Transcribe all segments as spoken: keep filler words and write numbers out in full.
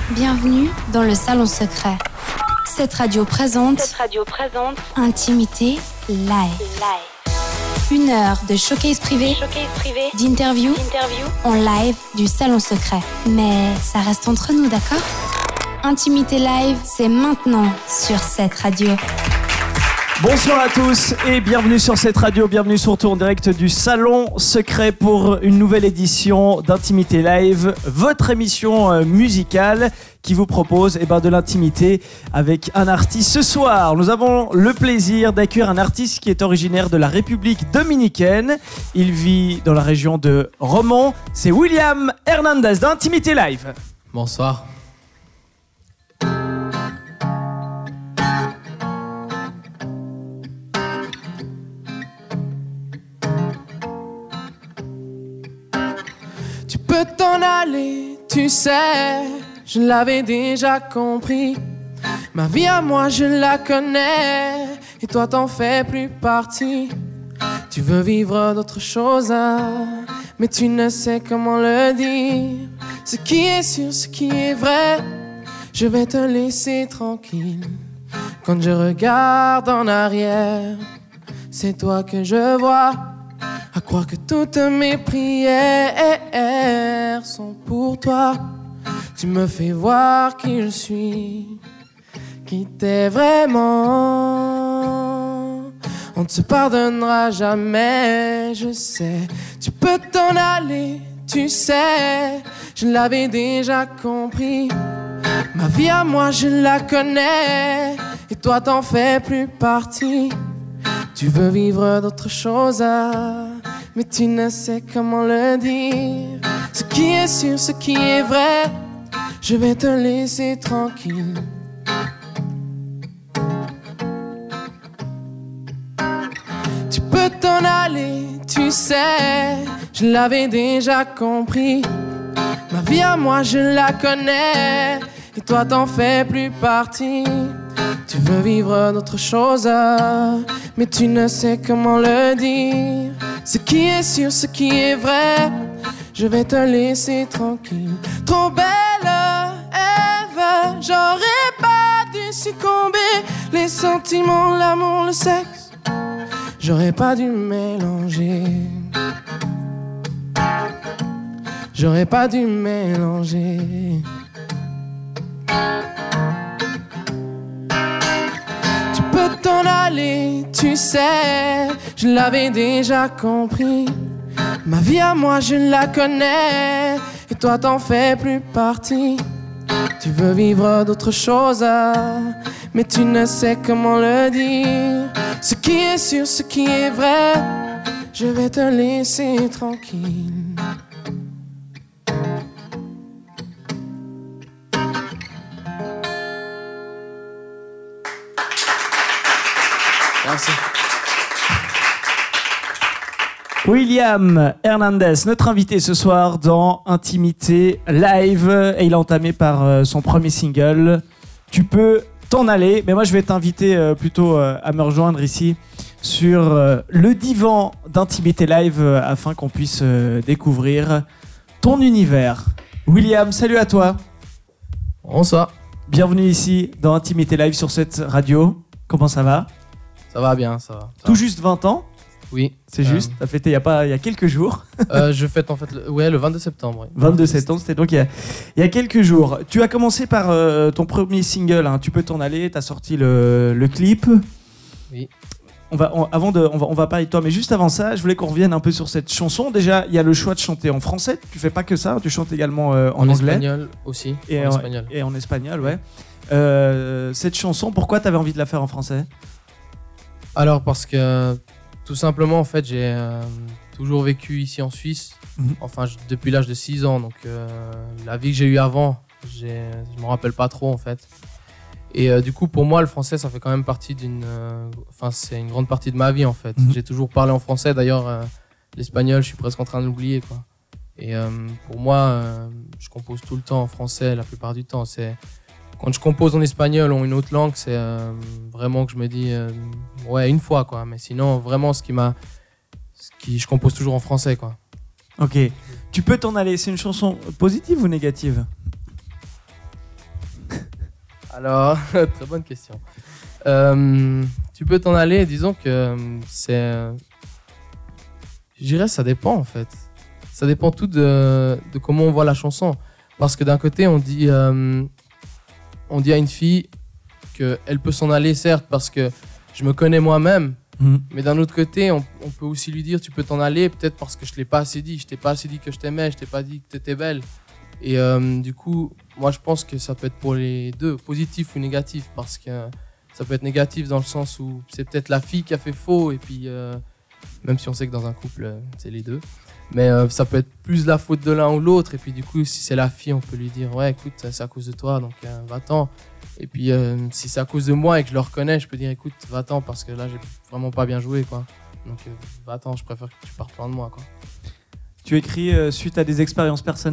Bienvenue dans le Salon Secret. Cette radio présente, Cette radio présente Intimité Live. Live. Une heure de showcase privé, Showcase privé, d'interview interview en live du Salon Secret. Mais ça reste entre nous, d'accord ? Intimité Live, c'est maintenant sur cette radio. Bonsoir à tous et bienvenue sur cette radio, bienvenue sur Tour en direct du Salon Secret pour une nouvelle édition d'Intimité Live, votre émission musicale qui vous propose eh ben, de l'intimité avec un artiste. Ce soir, nous avons le plaisir d'accueillir un artiste qui est originaire de la République dominicaine. Il vit dans la région de Romont, c'est William Hernandez d'Intimité Live. Bonsoir. Peux t'en aller, tu sais, je l'avais déjà compris. Ma vie à moi, je la connais, et toi t'en fais plus partie. Tu veux vivre d'autres choses, hein, mais tu ne sais comment le dire. Ce qui est sûr, ce qui est vrai, je vais te laisser tranquille. Quand je regarde en arrière, c'est toi que je vois. À croire que toutes mes prières sont pour toi. Tu me fais voir qui je suis, qui t'es vraiment. On ne se pardonnera jamais, je sais. Tu peux t'en aller, tu sais. Je l'avais déjà compris. Ma vie à moi, je la connais, et toi t'en fais plus partie. Tu veux vivre d'autres choses, mais tu ne sais comment le dire. Ce qui est sûr, ce qui est vrai, je vais te laisser tranquille. Tu peux t'en aller, tu sais, je l'avais déjà compris. Ma vie à moi, je la connais, et toi t'en fais plus partie. Tu veux vivre d'autres choses, mais tu ne sais comment le dire. Ce qui est sûr, ce qui est vrai, je vais te laisser tranquille. Trop belle, Ève, j'aurais pas dû succomber. Les sentiments, l'amour, le sexe, j'aurais pas dû mélanger. J'aurais pas dû mélanger. T'en aller, tu sais, je l'avais déjà compris. Ma vie à moi, je la connais, et toi t'en fais plus partie. Tu veux vivre d'autres choses, mais tu ne sais comment le dire. Ce qui est sûr, ce qui est vrai, je vais te laisser tranquille. Merci. William Hernandez, notre invité ce soir dans Intimité Live, et il a entamé par euh, son premier single, Tu peux t'en aller. Mais moi je vais t'inviter euh, plutôt euh, à me rejoindre ici sur euh, le divan d'Intimité Live euh, afin qu'on puisse euh, découvrir ton univers. William, salut à toi. Bonsoir. Bienvenue ici dans Intimité Live sur cette radio. Comment ça va ? Ça va bien, ça va. Ça Tout va. juste vingt ans ? Oui. C'est euh... juste, t'as fêté il y a pas il y a quelques jours. euh, je fête en fait le, ouais, le vingt-deux septembre. Oui. vingt-deux septembre, c'était donc il y a, il y a quelques jours. Tu as commencé par euh, ton premier single, hein, Tu peux t'en aller, t'as sorti le, le clip. Oui. On va, on, avant de, on va, on va parler de toi, mais juste avant ça, je voulais qu'on revienne un peu sur cette chanson. Déjà, il y a le choix de chanter en français. Tu fais pas que ça, tu chantes également euh, en, en anglais. En espagnol aussi. Et en en, espagnol. Et en espagnol, ouais. Euh, cette chanson, pourquoi t'avais envie de la faire en français ? Alors parce que tout simplement en fait j'ai euh, toujours vécu ici en Suisse, mmh. enfin je, depuis l'âge de six ans, donc euh, la vie que j'ai eue avant, j'ai, je m'en rappelle pas trop en fait. Et euh, du coup pour moi le français ça fait quand même partie d'une, enfin euh, c'est une grande partie de ma vie en fait. Mmh. J'ai toujours parlé en français, d'ailleurs euh, l'espagnol je suis presque en train de l'oublier quoi. Et euh, pour moi euh, je compose tout le temps en français la plupart du temps. C'est quand je compose en espagnol ou une autre langue, c'est euh, vraiment que je me dis euh, ouais une fois quoi. Mais sinon vraiment ce qui m'a, ce qui je compose toujours en français quoi. Ok. Tu peux t'en aller. C'est une chanson positive ou négative ? Alors, très bonne question. Euh, tu peux t'en aller, disons que c'est... Je dirais ça dépend en fait. Ça dépend tout de, de comment on voit la chanson. Parce que d'un côté, on dit, euh, on dit à une fille qu'elle peut s'en aller, certes, parce que je me connais moi-même. Mmh. Mais d'un autre côté, on, on peut aussi lui dire tu peux t'en aller, peut-être parce que je ne l'ai pas assez dit. Je t'ai pas assez dit que je t'aimais, je t'ai pas dit que tu étais belle. Et euh, du coup, moi je pense que ça peut être pour les deux, positif ou négatif. Parce que ça peut être négatif dans le sens où c'est peut-être la fille qui a fait faux. Et puis, euh, même si on sait que dans un couple, c'est les deux. Mais euh, ça peut être plus la faute de l'un ou l'autre. Et puis du coup, si c'est la fille, on peut lui dire ouais, écoute, c'est à cause de toi, donc euh, va-t'en. Et puis euh, si c'est à cause de moi et que je le reconnais, je peux dire écoute, va-t'en parce que là, j'ai vraiment pas bien joué, quoi. Donc euh, va-t'en, je préfère que tu partes loin de moi, quoi. Tu écris euh, suite à des expériences personnelles ?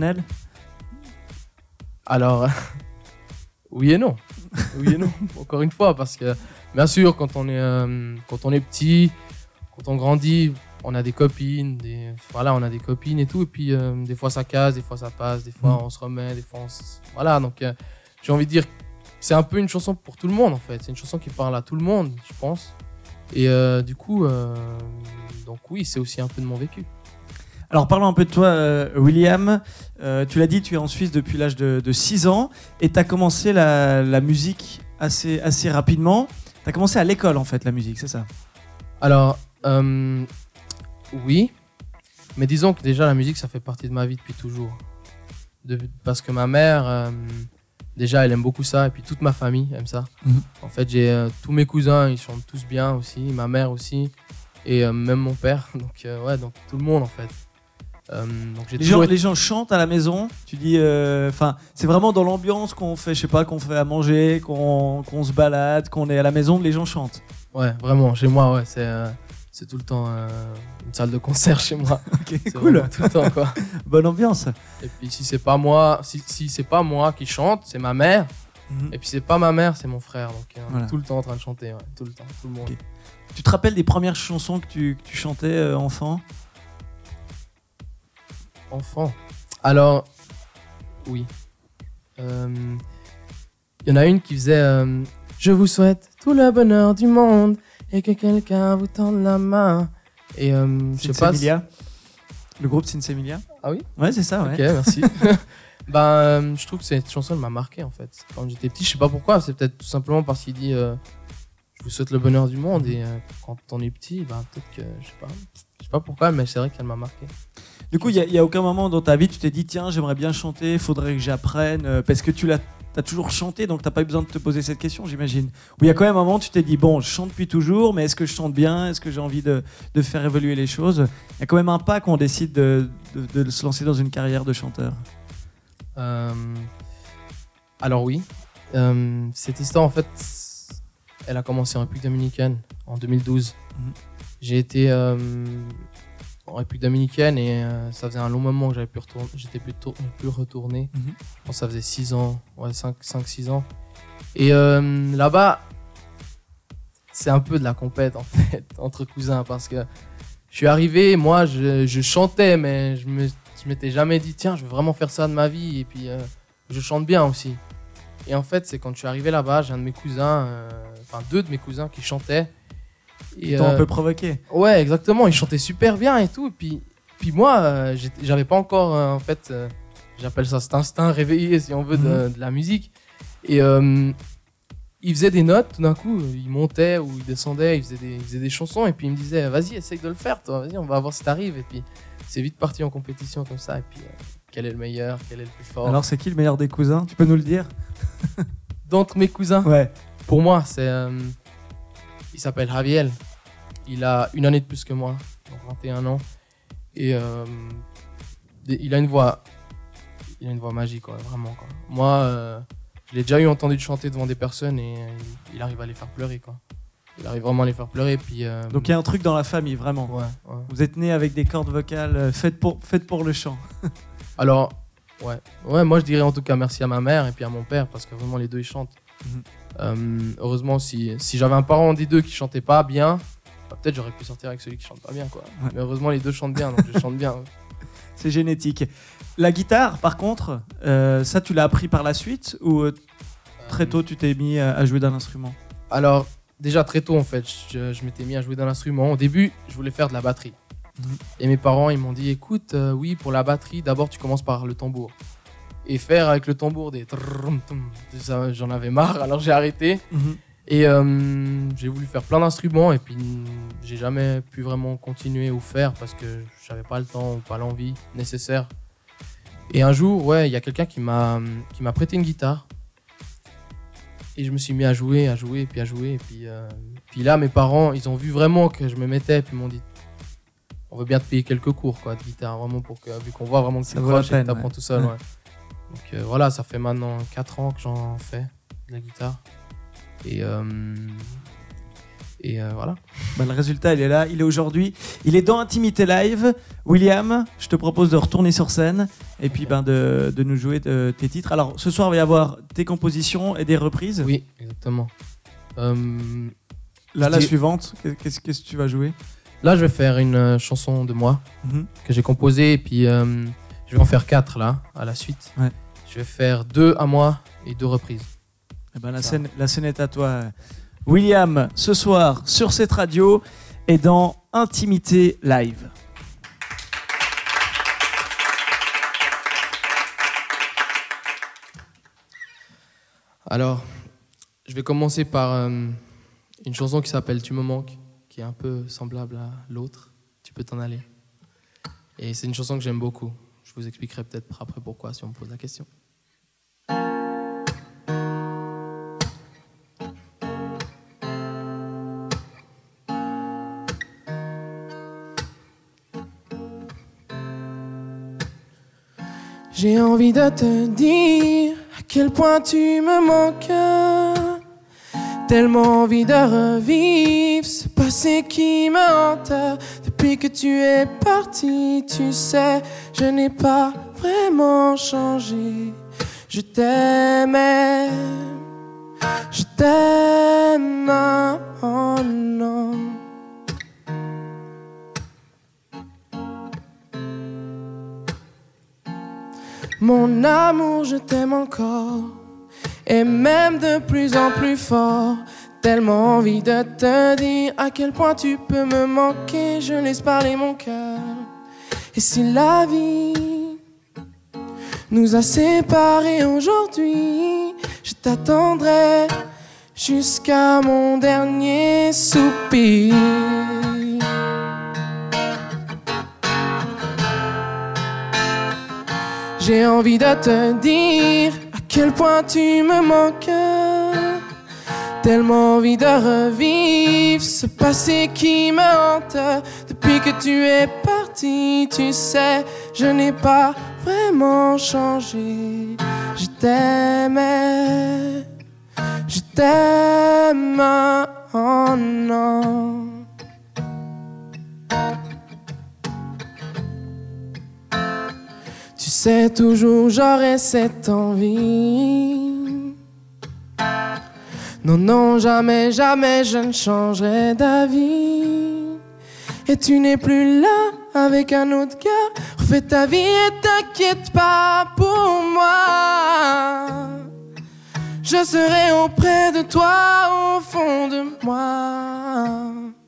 Alors, oui et non. Oui et non, encore une fois, parce que bien sûr, quand on est, euh, quand on est petit, quand on grandit, on a des copines, des, voilà, on a des copines et tout, et puis euh, des fois ça casse, des fois ça passe, des fois on se remet, des fois on se... Voilà, donc euh, j'ai envie de dire, c'est un peu une chanson pour tout le monde en fait, c'est une chanson qui parle à tout le monde, je pense, et euh, du coup, euh, donc oui, c'est aussi un peu de mon vécu. Alors parlons un peu de toi, euh, William, euh, tu l'as dit, tu es en Suisse depuis l'âge de, de six ans, et tu as commencé la, la musique assez, assez rapidement, tu as commencé à l'école en fait, la musique, c'est ça ? Alors, euh, oui, mais disons que déjà la musique ça fait partie de ma vie depuis toujours. De, parce que ma mère, euh, déjà elle aime beaucoup ça et puis toute ma famille aime ça. Mmh. En fait j'ai euh, tous mes cousins, ils chantent tous bien aussi, ma mère aussi et euh, même mon père, donc euh, ouais, donc tout le monde en fait. Euh, donc j'ai les, gens, été... les gens chantent à la maison, tu dis, enfin euh, c'est vraiment dans l'ambiance qu'on fait, je sais pas, qu'on fait à manger, qu'on, qu'on se balade, qu'on est à la maison, les gens chantent. Ouais, vraiment, chez moi, ouais, c'est... Euh... C'est tout le temps euh, une salle de concert chez moi. Ok, c'est cool. Tout le temps, quoi. Bonne ambiance. Et puis si c'est pas moi, si, si c'est pas moi qui chante, c'est ma mère. Mm-hmm. Et puis c'est pas ma mère, c'est mon frère. Donc euh, voilà. Tout le temps en train de chanter, ouais, tout le temps, tout le monde. Okay. Tu te rappelles des premières chansons que tu, que tu chantais euh, enfant ? Enfant. Alors, oui. Il euh, y en a une qui faisait euh, je vous souhaite tout le bonheur du monde. Et que quelqu'un vous tende la main. Et euh, je sais pas. Si... Le groupe Sinsemilia. Ah oui ? Ouais, c'est ça, ouais. Ok, merci. ben, euh, je trouve que cette chanson elle m'a marqué en fait. Quand j'étais petit, je sais pas pourquoi. C'est peut-être tout simplement parce qu'il dit euh, je vous souhaite le bonheur du monde. Et euh, quand on est petit, ben, peut-être que je sais pas. Je sais pas pourquoi, mais c'est vrai qu'elle m'a marqué. Du coup, il n'y a, a aucun moment dans ta vie tu t'es dit tiens, j'aimerais bien chanter, faudrait que j'apprenne. Euh, parce que tu l'as. T'as toujours chanté, donc t'as pas eu besoin de te poser cette question, j'imagine. Ou il y a quand même un moment où tu t'es dit, bon, je chante depuis toujours, mais est-ce que je chante bien ? Est-ce que j'ai envie de, de faire évoluer les choses ? Il y a quand même un pas qu'on décide de, de, de se lancer dans une carrière de chanteur. Euh, alors oui, euh, cette histoire, en fait, elle a commencé en République dominicaine, en deux mille douze. Mmh. J'ai été euh, en République dominicaine et euh, ça faisait un long moment que j'avais pu retourner, j'étais plus, tour, plus retourné. Mm-hmm. Je pense que ça faisait six ans, ouais, cinq six ans. Et euh, là-bas, c'est un peu de la compète en fait, entre cousins parce que je suis arrivé, moi je, je chantais, mais je, me, je m'étais jamais dit tiens, je veux vraiment faire ça de ma vie et puis euh, je chante bien aussi. Et en fait, c'est quand je suis arrivé là-bas, j'ai un de mes cousins, euh, enfin deux de mes cousins qui chantaient. Ils t'ont euh, un peu provoqué. Ouais, exactement. Ils chantaient super bien et tout. Et puis, puis moi, euh, j'avais pas encore, euh, en fait, euh, j'appelle ça cet instinct réveillé, si on veut, de, de la musique. Et euh, ils faisaient des notes, tout d'un coup, ils montaient ou ils descendaient, ils faisaient des, ils faisaient des chansons. Et puis ils me disaient, vas-y, essaye de le faire, toi. Vas-y, on va voir si t'arrives. Et puis c'est vite parti en compétition comme ça. Et puis, euh, quel est le meilleur, quel est le plus fort. Alors, c'est qui le meilleur des cousins ? Tu peux nous le dire ? D'entre mes cousins ? Ouais. Pour moi, c'est. Euh, il s'appelle Javier. Il a une année de plus que moi, donc vingt et un ans. Et euh, il a une voix, il a une voix magique, quoi, vraiment. Quoi. Moi, euh, je l'ai déjà eu entendu chanter devant des personnes et euh, il, il arrive à les faire pleurer, quoi. Il arrive vraiment à les faire pleurer. Puis, euh, donc il y a un truc dans la famille, vraiment. Ouais, ouais. Vous êtes né avec des cordes vocales faites pour, faites pour le chant. Alors, ouais. ouais, moi je dirais en tout cas merci à ma mère et puis à mon père parce que vraiment les deux ils chantent. Mm-hmm. Euh, heureusement, si, si j'avais un parent des deux qui chantait pas bien, bah, peut-être j'aurais pu sortir avec celui qui chante pas bien, quoi. Ouais. Mais heureusement les deux chantent bien, donc je chante bien. Ouais. C'est génétique. La guitare, par contre, euh, ça tu l'as appris par la suite ou euh, très tôt tu t'es mis à jouer d'un instrument? Alors, déjà très tôt en fait, je, je m'étais mis à jouer d'un instrument. Au début, je voulais faire de la batterie. Mmh. Et mes parents, ils m'ont dit, écoute, euh, oui, pour la batterie, d'abord tu commences par le tambour. Et faire avec le tambour des... Ça, j'en avais marre, alors j'ai arrêté. Mmh. Et euh, j'ai voulu faire plein d'instruments et puis j'ai jamais pu vraiment continuer ou faire parce que j'avais pas le temps ou pas l'envie nécessaire. Et un jour, ouais, il y a quelqu'un qui m'a, qui m'a prêté une guitare. Et je me suis mis à jouer, à jouer, puis à jouer. Et puis, euh, puis là, mes parents, ils ont vu vraiment que je me mettais, puis ils m'ont dit on veut bien te payer quelques cours quoi, de guitare, vraiment, pour que, vu qu'on voit vraiment que tu croches et que tu apprends ouais. tout seul. Ouais. Ouais. Donc euh, voilà, ça fait maintenant quatre ans que j'en fais de la guitare. Et, euh, et euh, voilà. Bah, le résultat, il est là, il est aujourd'hui. Il est dans Intimité Live. William, je te propose de retourner sur scène et puis ben, de, de nous jouer de, tes titres. Alors, ce soir, il va y avoir tes compositions et des reprises. Oui, exactement. Euh, là, la suivante, qu'est-ce, qu'est-ce que tu vas jouer? Là, je vais faire une euh, chanson de moi mm-hmm. que j'ai composée et puis euh, je vais en faire quatre là, à la suite. Ouais. Je vais faire deux à moi et deux reprises. Eh ben, la, scène, la scène est à toi. William, ce soir, sur cette radio et dans Intimité Live. Alors, je vais commencer par euh, une chanson qui s'appelle « Tu me manques », qui est un peu semblable à l'autre. Tu peux t'en aller. Et c'est une chanson que j'aime beaucoup. Je vous expliquerai peut-être après pourquoi, si on me pose la question. J'ai envie de te dire à quel point tu me manques. Tellement envie de revivre ce passé qui me hante. Depuis que tu es parti, tu sais, je n'ai pas vraiment changé. Je t'aimais, je t'aime, oh non. Mon amour, je t'aime encore, et même de plus en plus fort. Tellement envie de te dire à quel point tu peux me manquer. Je laisse parler mon cœur. Et si la vie nous a séparés aujourd'hui, je t'attendrai jusqu'à mon dernier soupir. J'ai envie de te dire à quel point tu me manques. Tellement envie de revivre ce passé qui me hante. Depuis que tu es parti, tu sais, je n'ai pas vraiment changé. Je t'aimais, je t'aime, oh non. Tu sais, toujours j'aurais cette envie. Non, non, jamais, jamais je ne changerai d'avis. Et tu n'es plus là avec un autre gars. Refais ta vie et t'inquiète pas pour moi. Je serai auprès de toi, au fond de moi.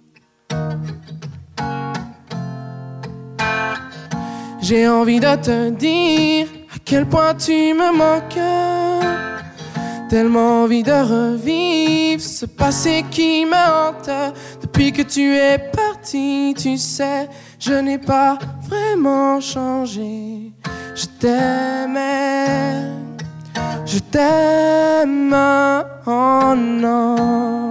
J'ai envie de te dire à quel point tu me manques. Tellement envie de revivre ce passé qui me hante. Depuis que tu es parti, tu sais, je n'ai pas vraiment changé. Je t'aimais, je t'aime, oh non.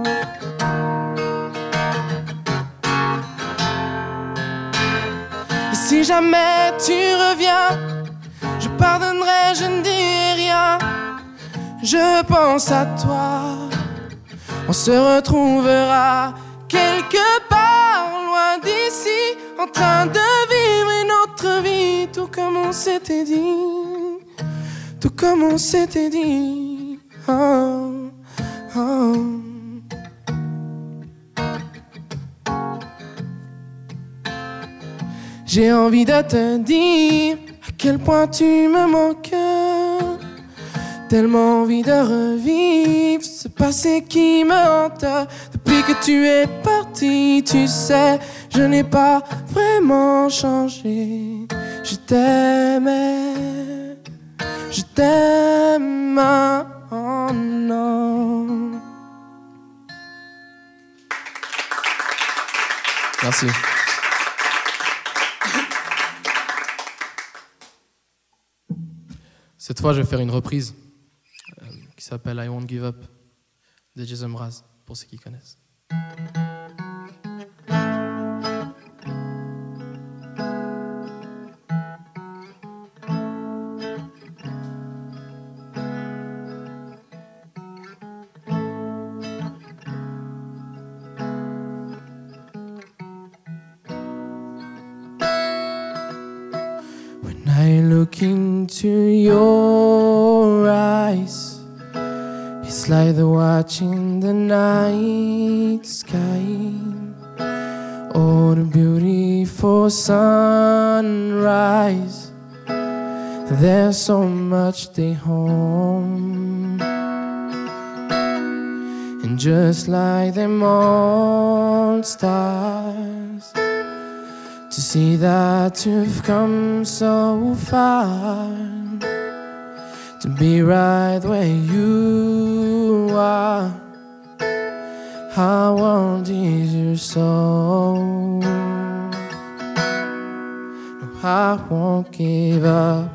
Et si jamais tu reviens, je pardonnerai, je ne dis rien. Je pense à toi, on se retrouvera quelque part loin d'ici, en train de vivre une autre vie, tout comme on s'était dit, tout comme on s'était dit. Oh, oh. J'ai envie de te dire à quel point tu me manques. tellement envie de revivre ce passé qui me hante. Depuis que tu es parti, tu sais, je n'ai pas vraiment changé. Je t'aimais, je t'aime maintenant. Merci. Cette fois, je vais faire une reprise euh, qui s'appelle I Won't Give Up de Jason Mraz, pour ceux qui connaissent. I look into your eyes, it's like the watching the night sky. Oh, the beautiful sunrise, there's so much they hold. And just like them all stars, to see that you've come so far, to be right where you are. How old is your soul? No, I won't give up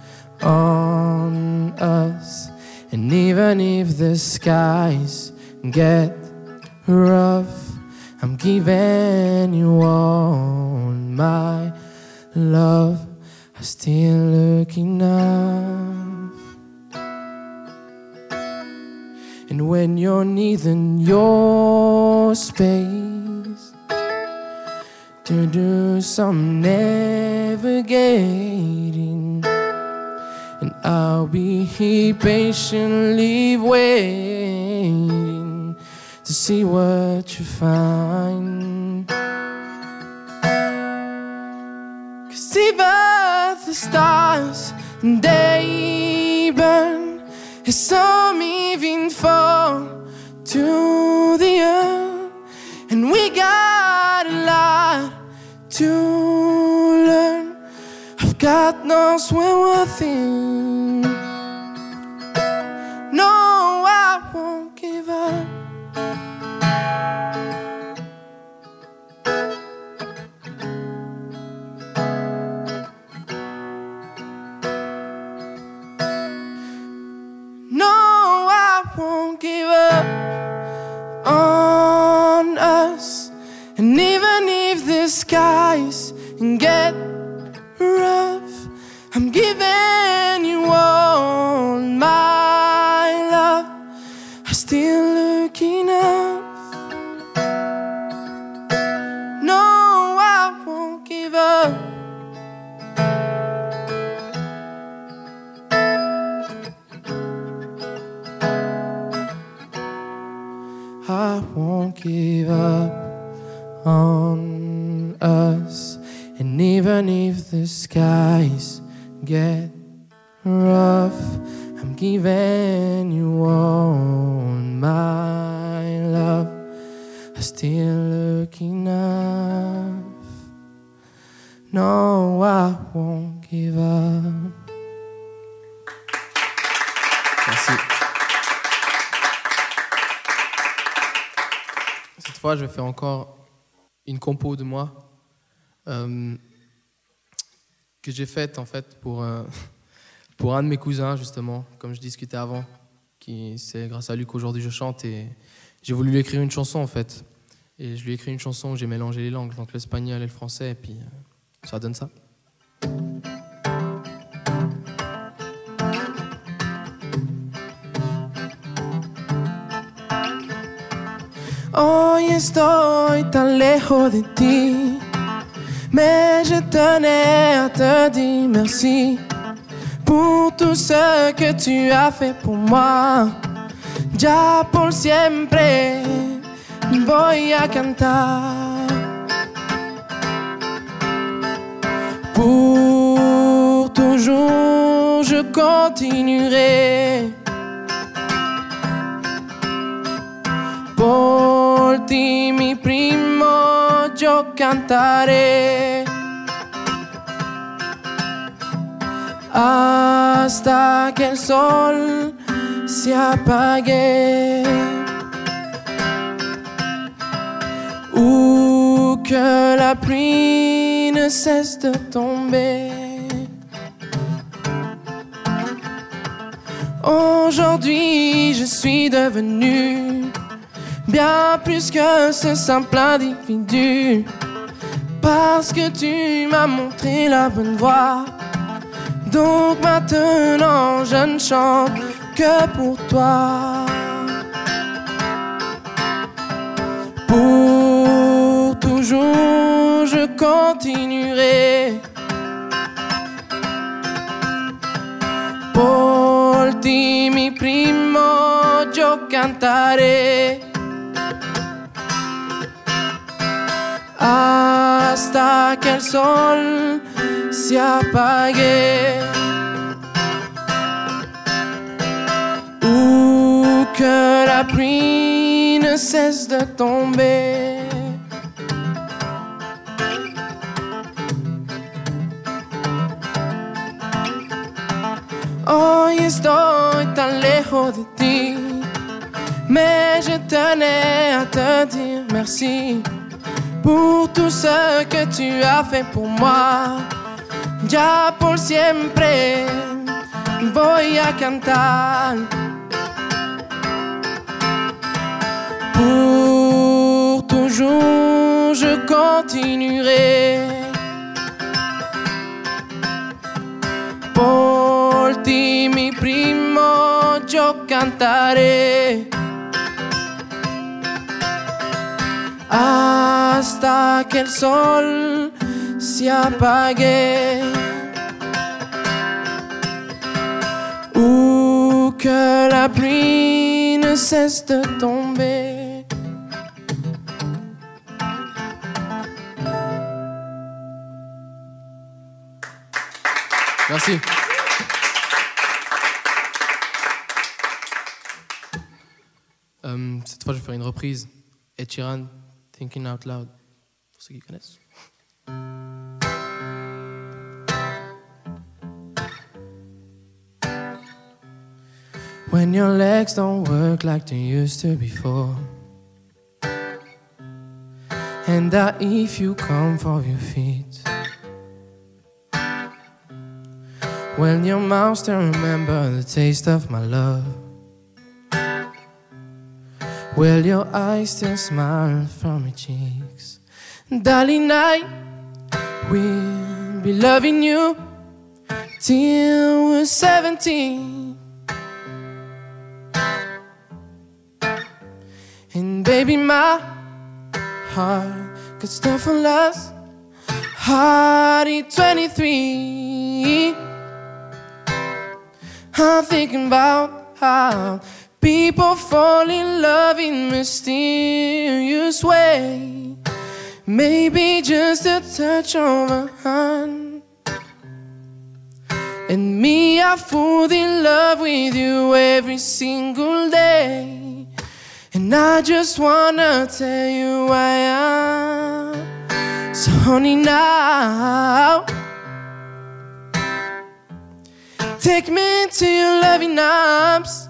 on us. And even if the skies get rough, I'm giving you all my love. I still look enough. And when you're needing your space to do some navigating, and I'll be here patiently waiting to see what you find. 'Cause even the stars, they burn, and some even fall to the earth. And we got a lot to learn. I've got no swim within. No, I won't give up. Won't give up on us. And even if the skies get rough, I'm giving you all my love. I still look enough. No, I won't give up. I won't give up on us. And even if the skies get rough, I'm giving you all my love. I still look enough. No, I won't give up. Merci. Cette fois, je vais faire encore une compo de moi euh, que j'ai faite en fait pour, euh, pour un de mes cousins justement, comme je discutais avant, qui c'est grâce à lui qu'aujourd'hui je chante, et j'ai voulu lui écrire une chanson en fait. Et je lui ai écrit une chanson où j'ai mélangé les langues, donc l'espagnol et le français, et puis euh, ça donne ça. Hoy estoy tan lejos de ti, mais je tenais à te dire merci pour tout ce que tu as fait pour moi. Ya por siempre voy a cantar. Pour toujours je continuerai yo cantaré hasta que el sol se apague ou que la pluie ne cesse de tomber. Aujourd'hui, je suis devenu bien plus que ce simple individu, parce que tu m'as montré la bonne voie. Donc maintenant, je ne chante que pour toi. Pour toujours, je continuerai. Por ti, mi primo, yo cantaré hasta que el sol se apague ou que la pluie ne cesse de tomber. Hoy estoy tan lejos de ti, mais je tenais à te dire merci pour tout ce que tu as fait pour moi. Ya por siempre voy a cantar. Pour toujours, je continuerai. Por ti, mi primo, yo cantaré hasta que el sol se apague ou que la pluie ne cesse de tomber. Merci. Euh, cette fois, je vais faire une reprise. Ed Sheeran, Thinking Out Loud, pour ceux qui connaissent. When your legs don't work like they used to before, and that if you come for your feet, when your mouth still remember the taste of my love, will your eyes still smile from your cheeks? Darling, I will be loving you till we're seventeen. And baby, my heart could still for us, heart at twenty-three. I'm thinking about how people fall in love in mysterious way. Maybe just a touch of a hand. And me, I fall in love with you every single day. And I just wanna tell you I am. So honey, now take me into your loving arms.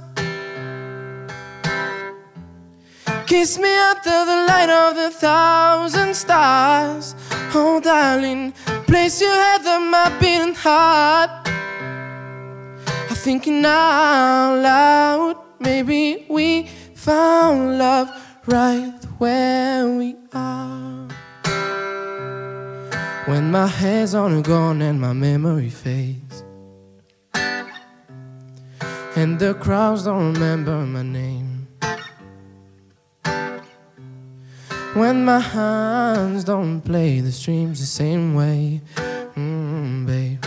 Kiss me under the light of the thousand stars. Oh darling, place your head on my beating heart. I'm thinking out loud, maybe we found love right where we are. When my head's on a gun and my memory fades, and the crowds don't remember my name, when my hands don't play the streams the same way, mm, babe.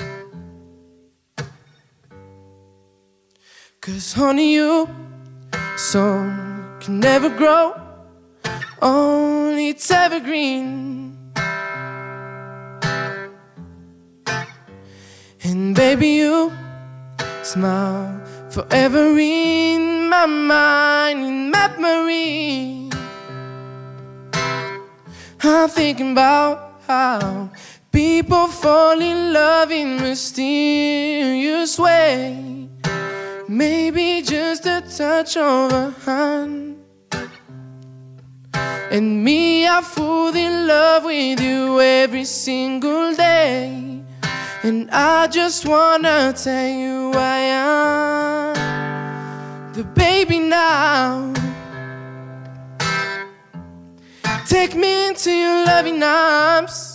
Cause honey, you so can never grow, only it's evergreen. And baby, you smile forever in my mind, in memory. I'm thinking about how people fall in love in mysterious way. Maybe just a touch of a hand. And me, I fall in love with you every single day. And I just wanna tell you I am the baby now. Take me into your loving arms.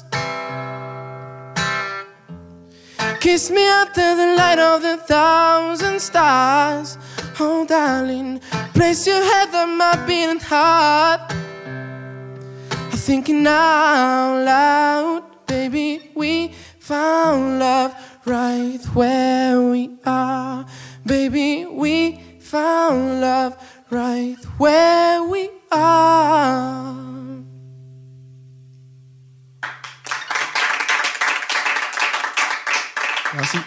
Kiss me under the light of the thousand stars. Oh darling, place your head on my beating heart. I'm thinking out loud, baby, we found love right where we are. Baby, we found love right where we are. Merci.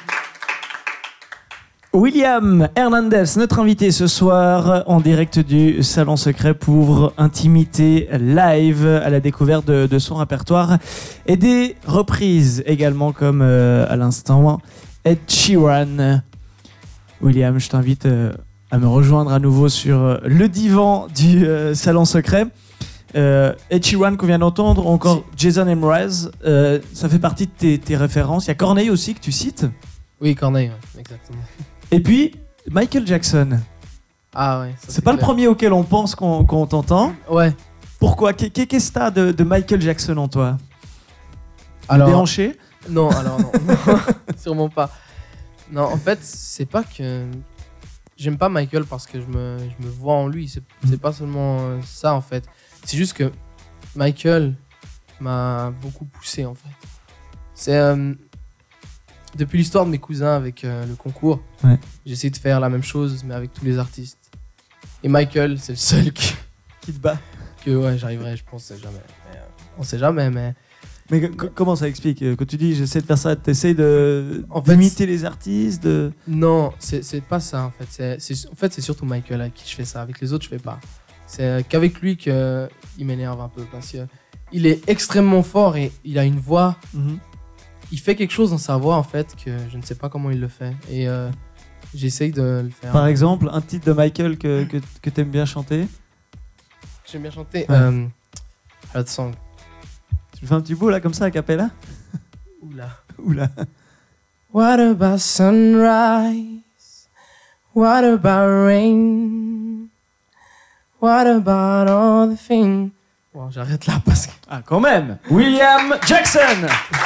William Hernandez, notre invité ce soir en direct du Salon Secret pour Intimité Live, à la découverte de, de son répertoire et des reprises également, comme euh, à l'instant Ed Sheeran. William, je t'invite euh, à me rejoindre à nouveau sur le divan du euh, Salon Secret. Euh, Ed Sheeran qu'on vient d'entendre, ou encore Jason Mraz, euh, ça fait partie de tes, tes références. Il y a Corneille aussi que tu cites. Oui, Corneille, ouais, exactement. Et puis Michael Jackson. Ah ouais. Ça, c'est, c'est pas clair. le premier auquel on pense quand, quand on t'entend. Ouais. Pourquoi? Qu'est- Qu'est-ce que t'as de, de Michael Jackson en toi? Alors. Déhanché? Non, alors non, sûrement pas. Non, en fait, c'est pas que j'aime pas Michael parce que je me, je me vois en lui. C'est, c'est pas seulement euh, ça en fait. C'est juste que Michael m'a beaucoup poussé en fait. C'est euh, depuis l'histoire de mes cousins avec euh, le concours, ouais. J'essaie de faire la même chose mais avec tous les artistes. Et Michael, c'est le seul qui, Qui te bat? que ouais, j'arriverai, je pense, jamais. Mais, euh, on sait jamais, mais. Mais c- comment ça explique? Quand tu dis j'essaie de faire ça, t'essayes de, En fait, d'imiter les artistes de... Non, c'est, c'est pas ça en fait. C'est, c'est, en fait, c'est surtout Michael avec qui je fais ça. Avec les autres, je fais pas. C'est qu'avec lui qu'il m'énerve un peu parce qu'il est extrêmement fort et il a une voix. Mm-hmm. Il fait quelque chose dans sa voix en fait que je ne sais pas comment il le fait. Et euh, j'essaye de le faire. Par exemple, un titre de Michael que, que, que t'aimes bien chanter? J'aime bien chanter. Ouais. Euh, Hot Song. Tu fais un petit bout là comme ça a cappella? Oula. Oula. What about sunrise? What about rain? What about all the things? Bon, j'arrête là parce que. Ah, quand même! William Jackson!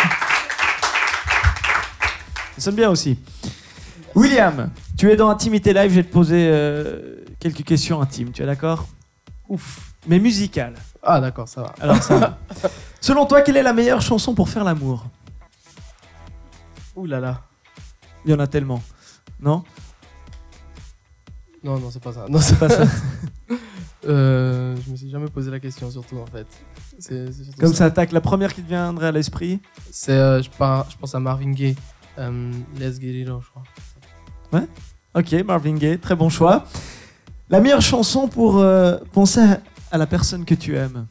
Ça sonne bien aussi. William, tu es dans Intimité Live, je vais te poser euh, quelques questions intimes, tu es d'accord? Ouf, mais musicales. Ah d'accord, ça va. Alors ça va. Selon toi, quelle est la meilleure chanson pour faire l'amour? Ouh là là. Il y en a tellement. Non? Non, non, c'est pas ça. Non, c'est pas ça. euh, je me suis jamais posé la question, surtout en fait. C'est, c'est surtout Comme ça. ça attaque, la première qui te viendrait à l'esprit? C'est, euh, je, par- je pense à Marvin Gaye. Euh, Let's Get It On, je crois. Ok, Marvin Gaye, très bon choix. La meilleure chanson pour euh, penser à, à la personne que tu aimes?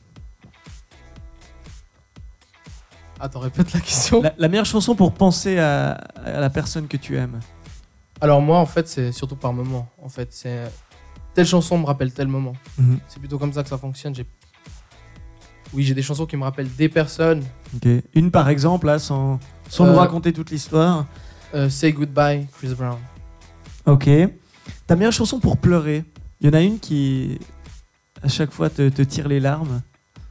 Attends, répète la question. La, la meilleure chanson pour penser à, à la personne que tu aimes? Alors moi, en fait, c'est surtout par moment. En fait, c'est telle chanson me rappelle tel moment. Mhm. C'est plutôt comme ça que ça fonctionne. J'ai... Oui, j'ai des chansons qui me rappellent des personnes. Ok. Une par exemple, là, sans, sans Euh, nous raconter toute l'histoire. Euh, Say Goodbye, Chris Brown. Ok. Ta meilleure chanson pour pleurer? Il y en a une qui, à chaque fois, te, te tire les larmes.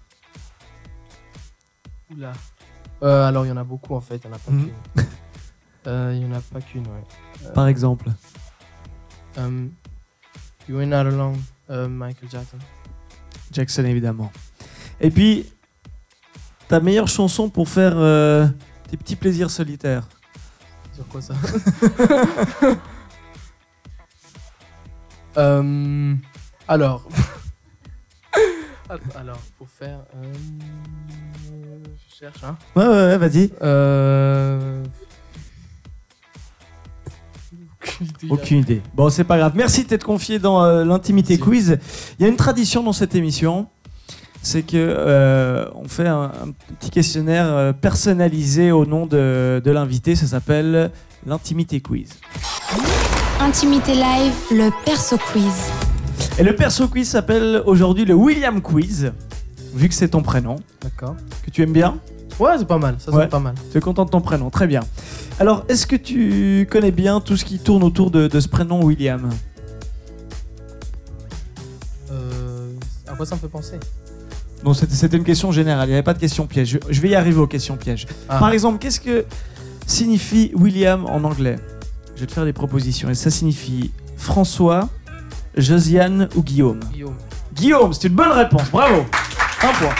Oula. Euh, alors, il y en a beaucoup, en fait. Il n'y en a pas Mhm. qu'une. Euh, Il n'y en a pas qu'une, ouais. Euh, Par exemple. um, You Ain't Not Alone, euh, Michael Jackson. Jackson, évidemment. Et puis, ta meilleure chanson pour faire euh, tes petits plaisirs solitaires? Sur quoi ça? euh, Alors. Alors, pour faire. Euh, je cherche, hein. Ouais, ouais, ouais, vas-y. Euh... Aucune idée. Aucune idée. Bon, c'est pas grave. Merci de t'être confié dans euh, l'intimité Merci. quiz. Il y a une tradition dans cette émission. c'est que euh, on fait un, un petit questionnaire euh, personnalisé au nom de, de l'invité. Ça s'appelle l'intimité quiz. Intimité Live, le perso quiz. Et le perso quiz s'appelle aujourd'hui le William Quiz, vu que c'est ton prénom. D'accord. Que tu aimes bien? Ouais, c'est pas mal, ça Ouais. c'est pas mal. Tu es content de ton prénom, très bien. Alors, est-ce que tu connais bien tout ce qui tourne autour de, de ce prénom William? Euh, à quoi ça me fait penser? Bon, c'était, c'était une question générale, il n'y avait pas de question piège. Je, je vais y arriver aux questions pièges. Ah. Par exemple, qu'est-ce que signifie William en anglais? Je vais te faire des propositions. Et ça signifie François, Josiane ou Guillaume? Guillaume. Guillaume, c'est une bonne réponse, bravo. Un point.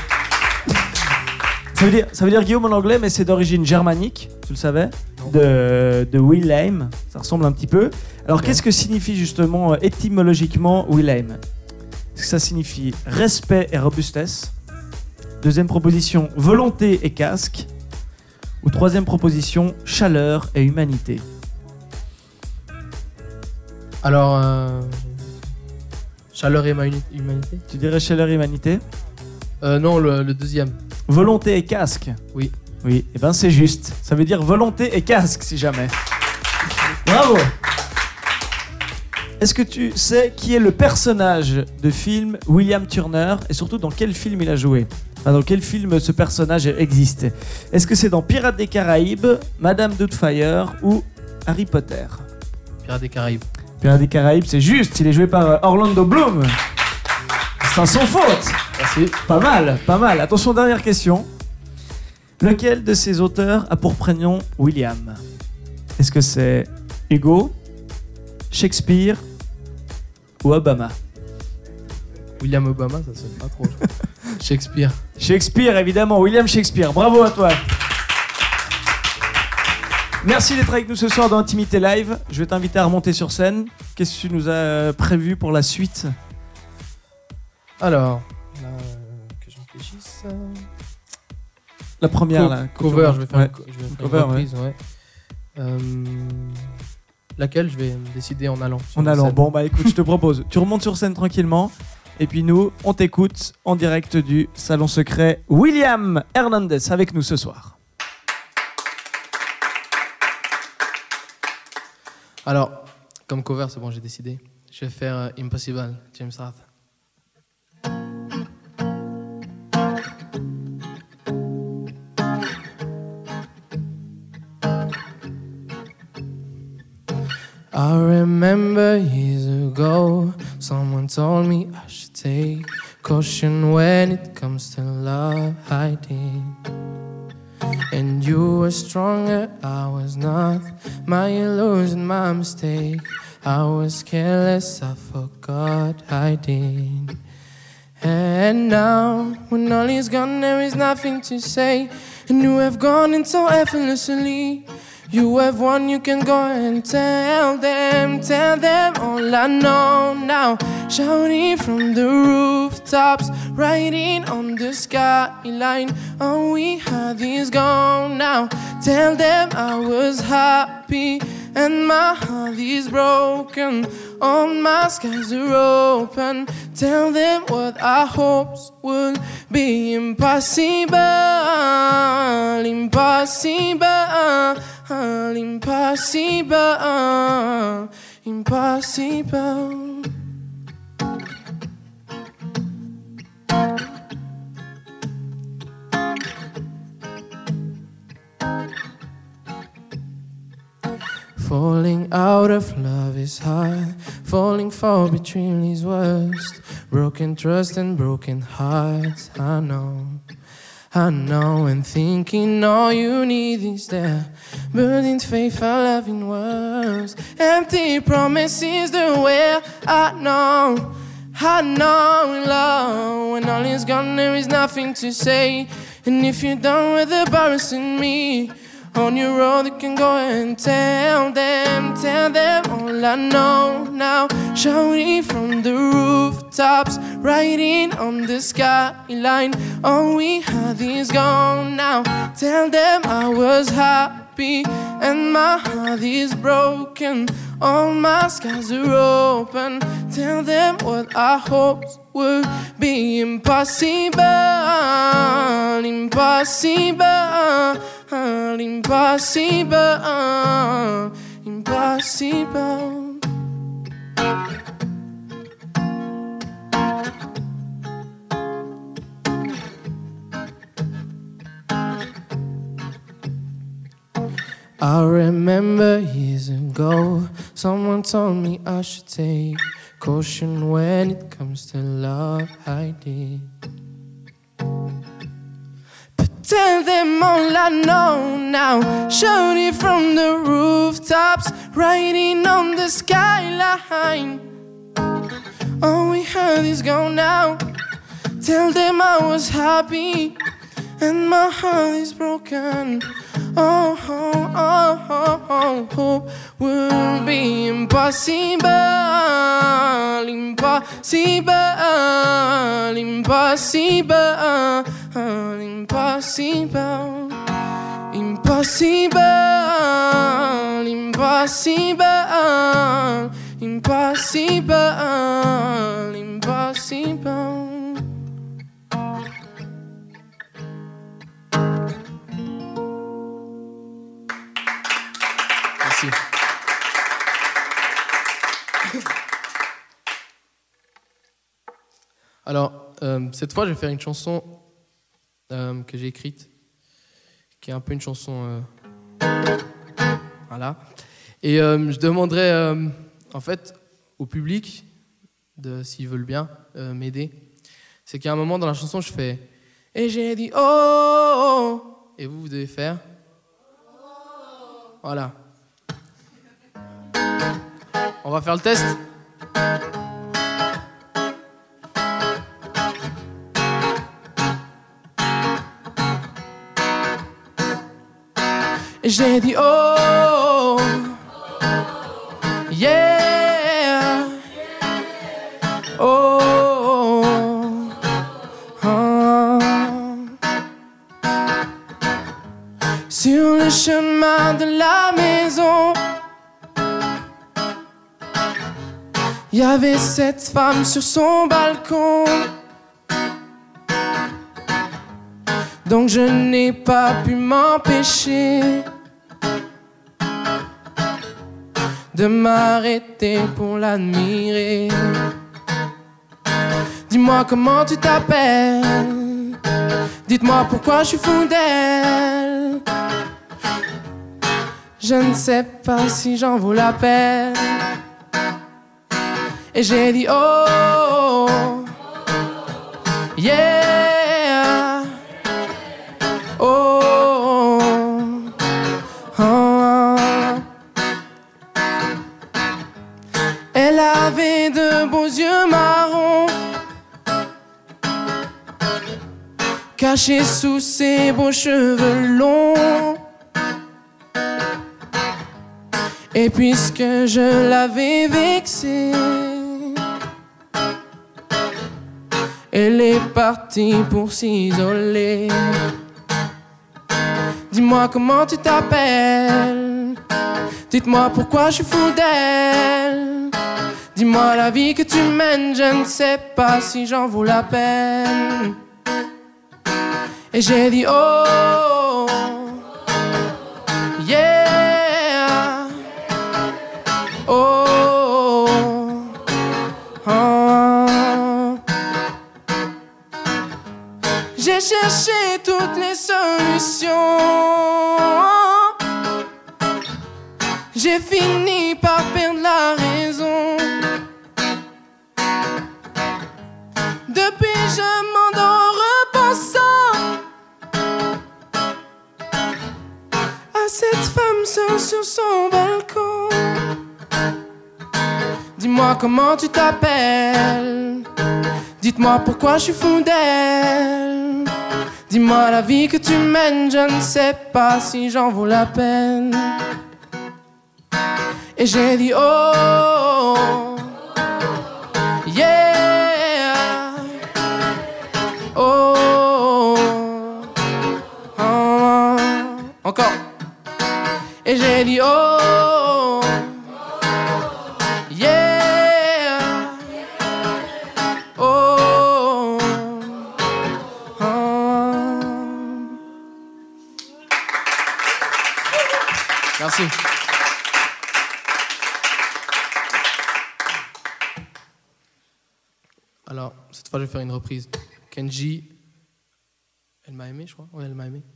Ça veut dire, ça veut dire Guillaume en anglais, mais c'est d'origine germanique, tu le savais? De, de Wilhelm, ça ressemble un petit peu. Alors, Ok. qu'est-ce que signifie justement, euh, étymologiquement, Wilhelm? Est-ce que ça signifie respect et robustesse? Deuxième proposition, volonté et casque. Ou troisième proposition, chaleur et humanité. Alors, euh, chaleur et humani- humanité? Tu dirais chaleur et humanité? Euh, non, le, le deuxième. Volonté et casque. Oui. Oui, et ben c'est juste. Ça veut dire volonté et casque, si jamais. Bravo. Est-ce que tu sais qui est le personnage de film William Turner et surtout dans quel film il a joué? Enfin, dans quel film ce personnage existe? Est-ce que c'est dans Pirates des Caraïbes, Madame Doubtfire ou Harry Potter? Pirates des Caraïbes. Pirates des Caraïbes, c'est juste. Il est joué par euh, Orlando Bloom. C'est un sans faute. Merci. Pas mal, pas mal. Attention, dernière question. Lequel de ces auteurs a pour prénom William? Est-ce que c'est Hugo, Shakespeare ou Obama? William Obama, ça sonne pas trop. Shakespeare. Shakespeare, évidemment. William Shakespeare. Bravo à toi. Merci d'être avec nous ce soir dans Intimité Live. Je vais t'inviter à remonter sur scène. Qu'est-ce que tu nous as prévu pour la suite? Alors, là, euh, que j'en réfléchisse. euh, La première, Co- là. cover, je vais faire, Ouais. une, co- je vais faire Cover, une reprise, ouais. Euh, laquelle je vais décider en allant. sur En la allant. scène. Bon, bah écoute, je te propose. Tu remontes sur scène tranquillement. Et puis nous, on t'écoute en direct du Salon Secret. William Hernandez avec nous ce soir. Alors, comme cover, c'est bon, j'ai décidé. Je vais faire euh, Impossible, James Hart. I remember years ago, someone told me I should take caution when it comes to love hiding. And you were stronger, I was not. My illusion, my mistake. I was careless, I forgot I did. And now, when all is gone, there is nothing to say. And you have gone in so effortlessly. You have won, you can go and tell them, tell them all I know now. Shouting from the rooftops, riding on the skyline. All we had is gone now. Tell them I was happy and my heart is broken. All my skies are open. Tell them what our hopes would be impossible, impossible, impossible, impossible. Falling out of love is hard. Falling for betrayal is worst. Broken trust and broken hearts, I know. I know, and thinking all you need is there. But in faith, I love in words. Empty promises, the way I know. I know in love, when all is gone, there is nothing to say. And if you're done with embarrassing me, on your road you can go and tell them, tell them all I know now. Shouting from the rooftops, riding on the skyline. All we had is gone now. Tell them I was happy and my heart is broken. All my skies are open. Tell them what I hoped would be impossible. Impossible. Impossible. Impossible. I remember years ago, someone told me I should take caution when it comes to love. I did. But tell them all I know now. Shout it from the rooftops, writing on the skyline. All we heard is gone now. Tell them I was happy and my heart is broken. Oh, oh, oh, oh, oh, hope will be impossible, impossible, impossible, impossible, impossible, impossible, impossible, impossible. Alors, euh, cette fois, je vais faire une chanson euh, que j'ai écrite, qui est un peu une chanson... Euh, voilà. Et euh, je demanderai, euh, en fait, au public, de, s'ils veulent bien euh, m'aider. C'est qu'à un moment dans la chanson, je fais « Et j'ai dit oh, oh, oh !» Et vous, vous devez faire « Voilà. » On va faire le test. J'ai dit oh, yeah, oh, oh. Sur le chemin de la maison, il y avait cette femme sur son balcon. Donc je n'ai pas pu m'empêcher de m'arrêter pour l'admirer. Dis-moi comment tu t'appelles, dites-moi pourquoi je suis fou d'elle. Je ne sais pas si j'en vaut la peine. Et j'ai dit oh, yeah, oh, oh. Elle avait de beaux yeux marrons, cachés sous ses beaux cheveux longs. Et puisque je l'avais vexée, elle est partie pour s'isoler. Dis-moi comment tu t'appelles, dites-moi pourquoi je suis fou d'elle. Dis-moi la vie que tu mènes, je ne sais pas si j'en vaut la peine. Et j'ai dit oh, yeah, oh, oh. J'ai cherché toutes les solutions, j'ai fini par perdre la raison. Depuis je m'endors repensant à cette femme seule sur son balcon. Dis-moi comment tu t'appelles, dites-moi pourquoi je suis fou d'elle. Dis-moi la vie que tu mènes, je ne sais pas si j'en vaut la peine. Et j'ai dit oh, yeah, oh, oh. Encore. Et j'ai dit oh, Merci. Alors, cette fois, je vais faire une reprise. Kenji, elle m'a aimé, je crois. Oui, elle m'a aimé.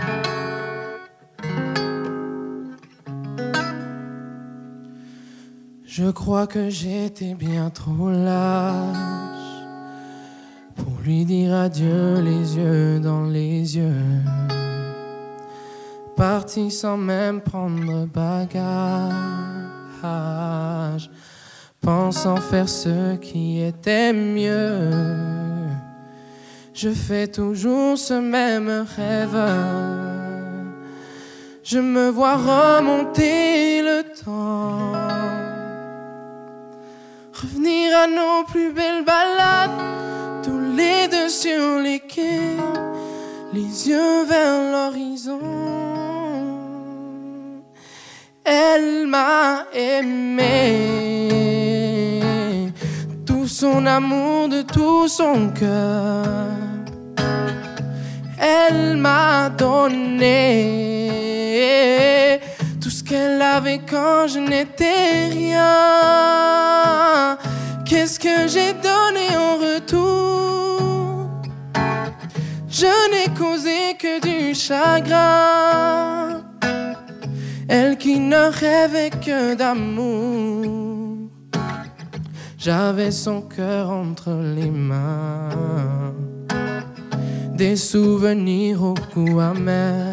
Je crois que j'étais bien trop lâche pour lui dire adieu les yeux dans les yeux. Parti sans même prendre bagage, pensant faire ce qui était mieux. Je fais toujours ce même rêve. Je me vois remonter le temps, revenir à nos plus belles balades, tous les deux sur les quais, les yeux vers l'horizon. Elle m'a aimé, tout son amour, de tout son cœur. Elle m'a donné tout ce qu'elle avait quand je n'étais rien. Qu'est-ce que j'ai donné en retour? Je n'ai causé que du chagrin. Elle qui ne rêvait que d'amour, j'avais son cœur entre les mains, des souvenirs au goût amer,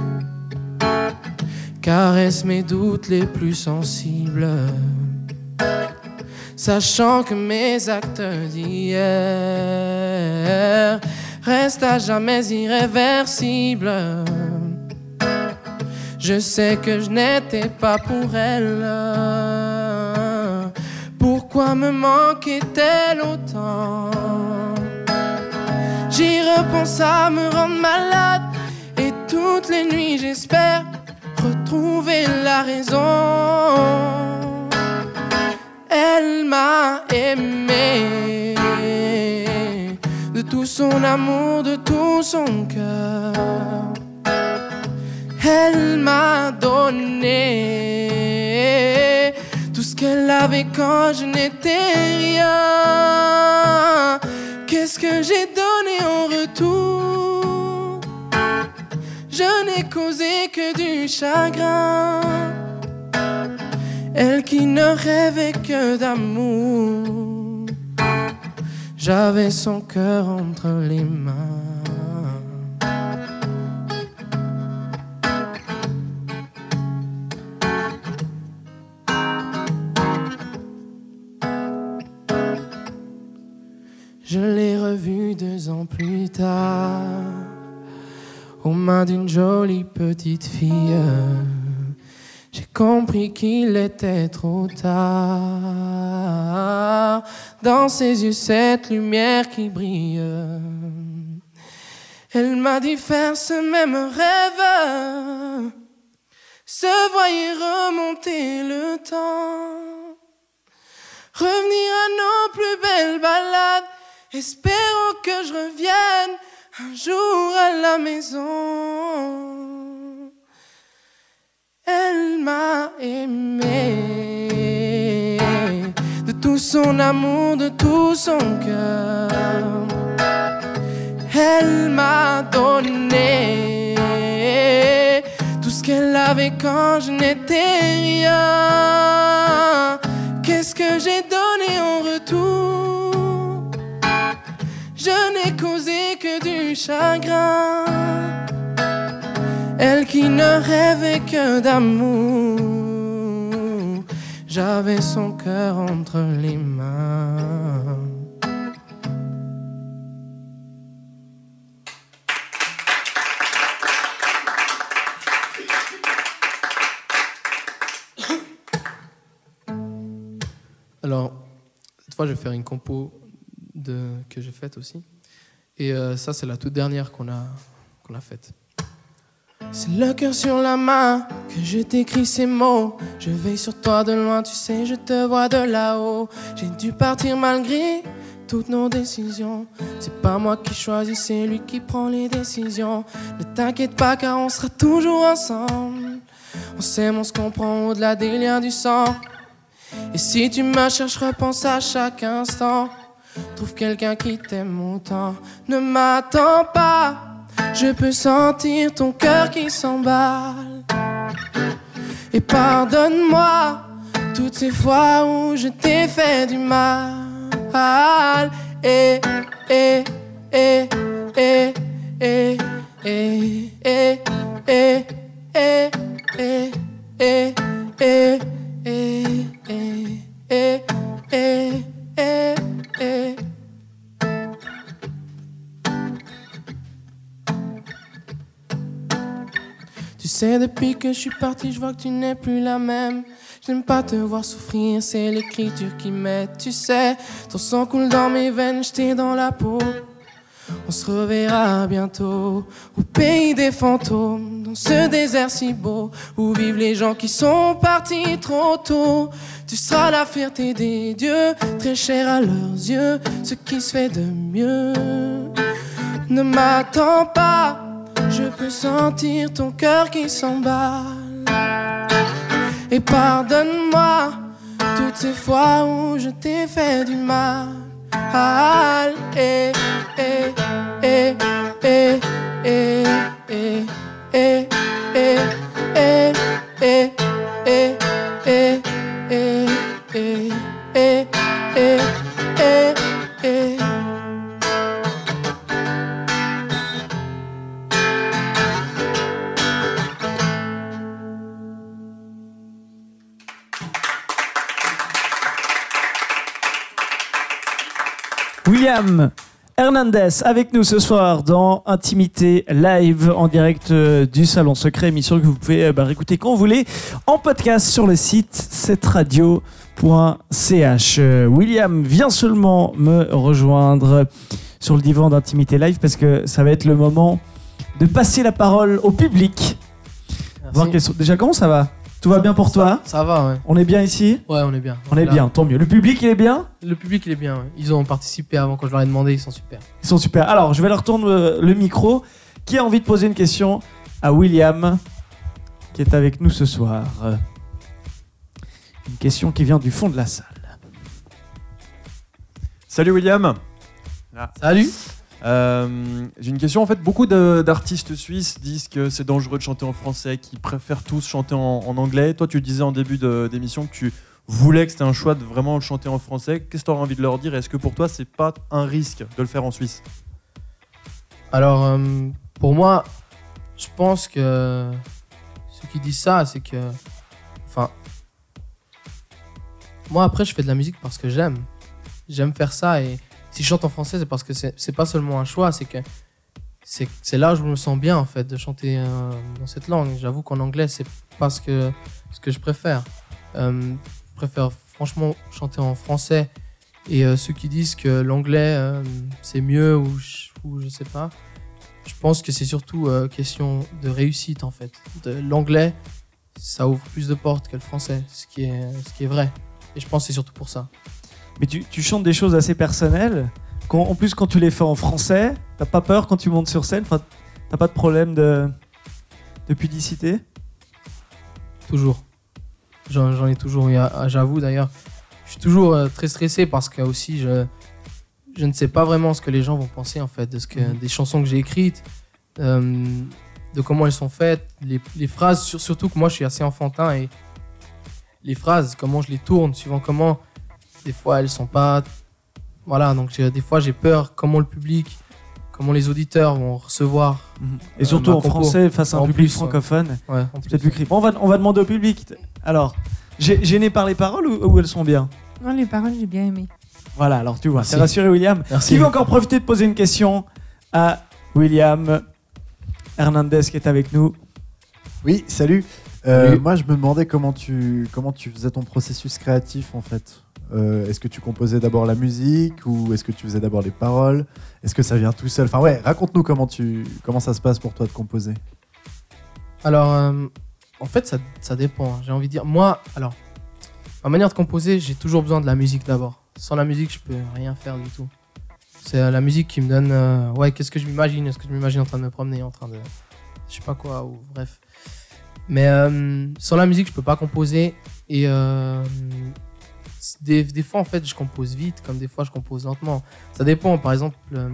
caresse mes doutes les plus sensibles, sachant que mes actes d'hier restent à jamais irréversibles. Je sais que je n'étais pas pour elle. Pourquoi me manquait-elle autant? J'y repense à me rendre malade, et toutes les nuits j'espère retrouver la raison. Elle m'a aimé, de tout son amour, de tout son cœur. Elle m'a donné tout ce qu'elle avait quand je n'étais rien. Qu'est-ce que j'ai donné en retour? Je n'ai causé que du chagrin. Elle qui ne rêvait que d'amour, j'avais son cœur entre les mains. Je l'ai revu deux ans plus tard, aux mains d'une jolie petite fille. J'ai compris qu'il était trop tard. Dans ses yeux, cette lumière qui brille. Elle m'a dit faire ce même rêve, se voyait remonter le temps, revenir à nos plus belles balades. Espérons que je revienne un jour à la maison. Elle m'a aimé, de tout son amour, de tout son cœur. Elle m'a donné tout ce qu'elle avait quand je n'étais rien. Qu'est-ce que j'ai donné en retour? Je n'ai causé que du chagrin. Elle qui ne rêvait que d'amour, j'avais son cœur entre les mains. Alors, cette fois, je vais faire une compo de, que j'ai faite aussi. Et euh, ça, c'est la toute dernière qu'on a, qu'on a faite. C'est le cœur sur la main que je t'écris ces mots. Je veille sur toi de loin, tu sais, je te vois de là-haut. J'ai dû partir malgré toutes nos décisions. C'est pas moi qui choisis, c'est lui qui prend les décisions. Ne t'inquiète pas car on sera toujours ensemble. On On s'aime, on se comprend au-delà des liens du sang. Et si tu me cherches, repense à chaque instant. Trouve quelqu'un qui t'aime autant. Ne m'attends pas, je peux sentir ton cœur qui s'emballe. Et pardonne-moi toutes ces fois où je t'ai fait du mal. Et, et, et, et, et, et, et, et, et, et, et, et, et, et, et, et, et. Tu sais, depuis que je suis parti, je vois que tu n'es plus la même. J'aime pas te voir souffrir, c'est l'écriture qui m'aide. Tu sais, ton sang coule dans mes veines, j'étais dans la peau. On se reverra bientôt au pays des fantômes, dans ce désert si beau où vivent les gens qui sont partis trop tôt. Tu seras la fierté des dieux, très cher à leurs yeux, ce qui se fait de mieux. Ne m'attends pas, je peux sentir ton cœur qui s'emballe. Et pardonne-moi toutes ces fois où je t'ai fait du mal. Et, et, et, et, et, et, et, et, et, et, et, et, et, et, et, et, et. William Hernandez avec nous ce soir dans Intimité Live en direct euh, du Salon Secret, émission que vous pouvez euh, bah, réécouter quand vous voulez en podcast sur le site cette radio point c h. Euh, William vient seulement me rejoindre sur le divan d'Intimité Live parce que ça va être le moment de passer la parole au public. Voir quels sont... Déjà, comment ça va ? Tout va bien pour toi ? Ça va, ouais. On est bien ici ? Ouais, on est bien. On est Là. bien, tant mieux. Le public, il est bien ? Le public, il est bien, ouais. Ils ont participé avant quand je leur ai demandé, ils sont super. Ils sont super. Alors, je vais leur retourner le, le micro. Qui a envie de poser une question à William, qui est avec nous ce soir ? Une question qui vient du fond de la salle. Salut William. Salut. Euh, j'ai une question. En fait, beaucoup de, d'artistes suisses disent que c'est dangereux de chanter en français, qu'ils préfèrent tous chanter en, en anglais. Toi, tu disais en début de, d'émission que tu voulais que c'était un choix de vraiment chanter en français. Qu'est-ce que tu aurais envie de leur dire ? Est-ce que pour toi, c'est pas un risque de le faire en Suisse ? Alors, euh, pour moi, je pense que ceux qui disent ça, c'est que... Enfin... Moi, après, je fais de la musique parce que j'aime. J'aime faire ça et... Si je chante en français, c'est parce que c'est, c'est pas seulement un choix, c'est que c'est, c'est là où je me sens bien en fait de chanter euh, dans cette langue. J'avoue qu'en anglais, c'est pas ce que, ce que je préfère. Euh, je préfère franchement chanter en français. Et euh, ceux qui disent que l'anglais euh, c'est mieux ou je, ou je sais pas, je pense que c'est surtout euh, question de réussite en fait. De, l'anglais, ça ouvre plus de portes que le français, ce qui est, ce qui est vrai. Et je pense que c'est surtout pour ça. Mais tu, tu chantes des choses assez personnelles. Quand, en plus, quand tu les fais en français, t'as pas peur quand tu montes sur scène ? Enfin, t'as pas de problème de, de pudicité ? Toujours. J'en, j'en ai toujours eu. J'avoue d'ailleurs, je suis toujours euh, très stressé parce que aussi je, je ne sais pas vraiment ce que les gens vont penser en fait de ce que Mmh. des chansons que j'ai écrites, euh, de comment elles sont faites, les, les phrases. Sur, surtout que moi, je suis assez enfantin et les phrases, comment je les tourne, suivant comment. Des fois, elles sont pas... Voilà, donc des fois, j'ai peur comment le public, comment les auditeurs vont recevoir. Et surtout euh, ma en compo. français, face à un En public plus, francophone. Ouais, en C'est plus. peut-être plus cri. Bon, on va, on va demander au public. Alors, gê- gêné par les paroles ou, ou elles sont bien ? Non, les paroles, j'ai bien aimé. Voilà, alors tu vois, Merci. c'est rassuré William. Merci. Qui veut encore profiter de poser une question à William Hernandez qui est avec nous ? Oui, salut. Euh, Salut. Moi, je me demandais comment tu, comment tu faisais ton processus créatif, en fait. Euh, est-ce que tu composais d'abord la musique ou est-ce que tu faisais d'abord les paroles ? Est-ce que ça vient tout seul ? Enfin, ouais, raconte-nous comment, tu, comment ça se passe pour toi de composer. Alors, euh, en fait, ça, ça dépend. J'ai envie de dire, moi, alors, ma manière de composer, j'ai toujours besoin de la musique d'abord. Sans la musique, je peux rien faire du tout. C'est euh, la musique qui me donne, euh, ouais, qu'est-ce que je m'imagine ? Est-ce que je m'imagine en train de me promener, en train de, je sais pas quoi, ou bref. Mais euh, sans la musique, je peux pas composer. Et euh, des, des fois, en fait, je compose vite, comme des fois, je compose lentement. Ça dépend. Par exemple, euh,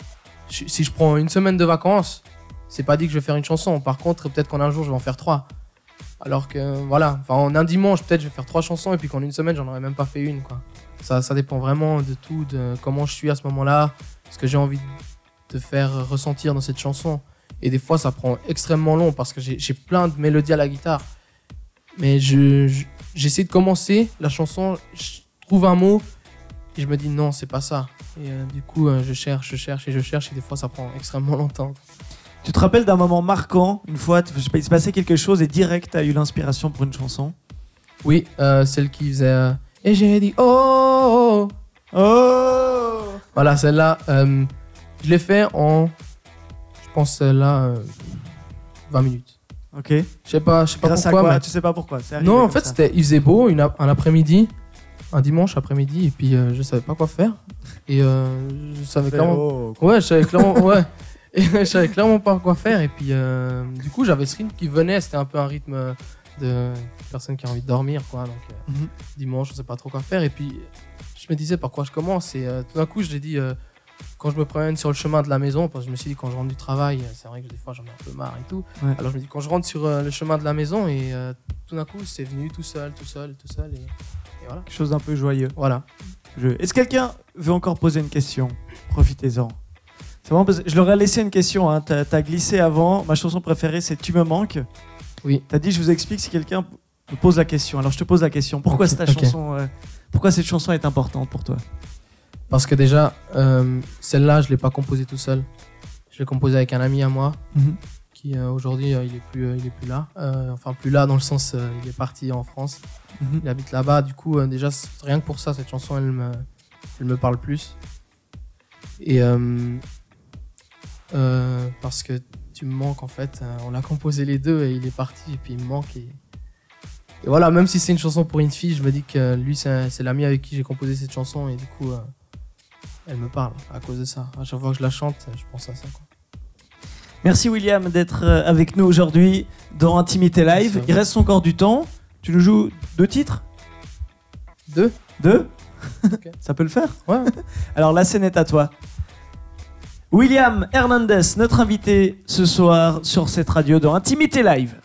si je prends une semaine de vacances, c'est pas dit que je vais faire une chanson. Par contre, peut-être qu'en un jour, je vais en faire trois. Alors que, voilà, enfin, en un dimanche, peut-être je vais faire trois chansons et puis qu'en une semaine, j'en aurais même pas fait une, quoi. Ça, ça dépend vraiment de tout, de comment je suis à ce moment-là, ce que j'ai envie de faire ressentir dans cette chanson. Et des fois, ça prend extrêmement long parce que j'ai, j'ai plein de mélodies à la guitare. Mais je, je, j'essaie de commencer la chanson, je trouve un mot et je me dis non, c'est pas ça. Et euh, du coup, euh, je cherche, je cherche et je cherche et des fois, ça prend extrêmement longtemps. Tu te rappelles d'un moment marquant, une fois, je sais pas, il se passait quelque chose et direct, tu as eu l'inspiration pour une chanson? Oui, euh, celle qui faisait euh, et j'ai dit oh, oh, oh. Voilà, celle-là, euh, je l'ai fait en, je pense celle-là, euh, vingt minutes. Ok. Je sais pas, je sais pas Grâce pourquoi. à quoi Mais... Tu sais pas pourquoi, c'est arrivé Non, en comme fait, ça. c'était, il faisait beau une, un après-midi, un dimanche après-midi, et puis euh, je savais pas quoi faire. Et euh, je savais Fait, clairement. oh. Ouais, je savais clairement. ouais. Et je savais clairement pas quoi faire. Et puis, euh, du coup, j'avais ce rythme qui venait. C'était un peu un rythme de personne qui a envie de dormir, quoi. Donc, euh, Mhm. dimanche, je sais pas trop quoi faire. Et puis, je me disais par quoi je commence. Et euh, tout d'un coup, je l'ai dit, euh, quand je me promène sur le chemin de la maison, parce que je me suis dit, quand je rentre du travail, c'est vrai que des fois, j'en ai un peu marre et tout. Ouais. Alors, je me dis, quand je rentre sur euh, le chemin de la maison, et euh, tout d'un coup, c'est venu tout seul, tout seul, tout seul. Et, et voilà. Quelque chose d'un peu joyeux. Voilà. Je... Est-ce que quelqu'un veut encore poser une question? Profitez-en. C'est vraiment parce que je leur ai laissé une question. Hein. T'as, t'as glissé avant. Ma chanson préférée, c'est Tu me manques. Oui. T'as dit, je vous explique si quelqu'un me pose la question. Alors je te pose la question. Pourquoi Ok, c'est ta ok. chanson euh, Pourquoi cette chanson est importante pour toi? Parce que déjà, euh, celle-là, je l'ai pas composée tout seul. Je l'ai composée avec un ami à moi, Mm-hmm. qui euh, aujourd'hui, euh, il est plus, euh, il est plus là. Euh, enfin, plus là dans le sens, euh, il est parti en France. Mm-hmm. Il habite là-bas. Du coup, euh, déjà, c'est- rien que pour ça, cette chanson, elle me, elle me parle plus. Et euh, euh, parce que tu me manques, en fait. Euh, on l'a composé les deux et il est parti et puis il me manque. Et, et voilà, même si c'est une chanson pour une fille, je me dis que lui, c'est, c'est l'ami avec qui j'ai composé cette chanson et du coup, euh, elle me parle à cause de ça. À chaque fois que je la chante, je pense à ça, quoi. Merci William d'être euh, avec nous aujourd'hui dans Intimité Live. Merci. Il reste encore du temps. Tu nous joues deux titres? Deux. Deux Ok. Ça peut le faire? Ouais. Alors la scène est à toi. William Hernandez, notre invité ce soir sur cette radio dans Intimité Live.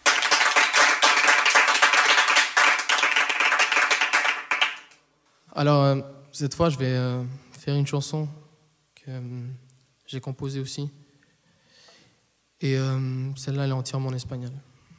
Alors, euh, cette fois, je vais euh, faire une chanson que euh, j'ai composée aussi. Et euh, celle-là, elle est entièrement en espagnol.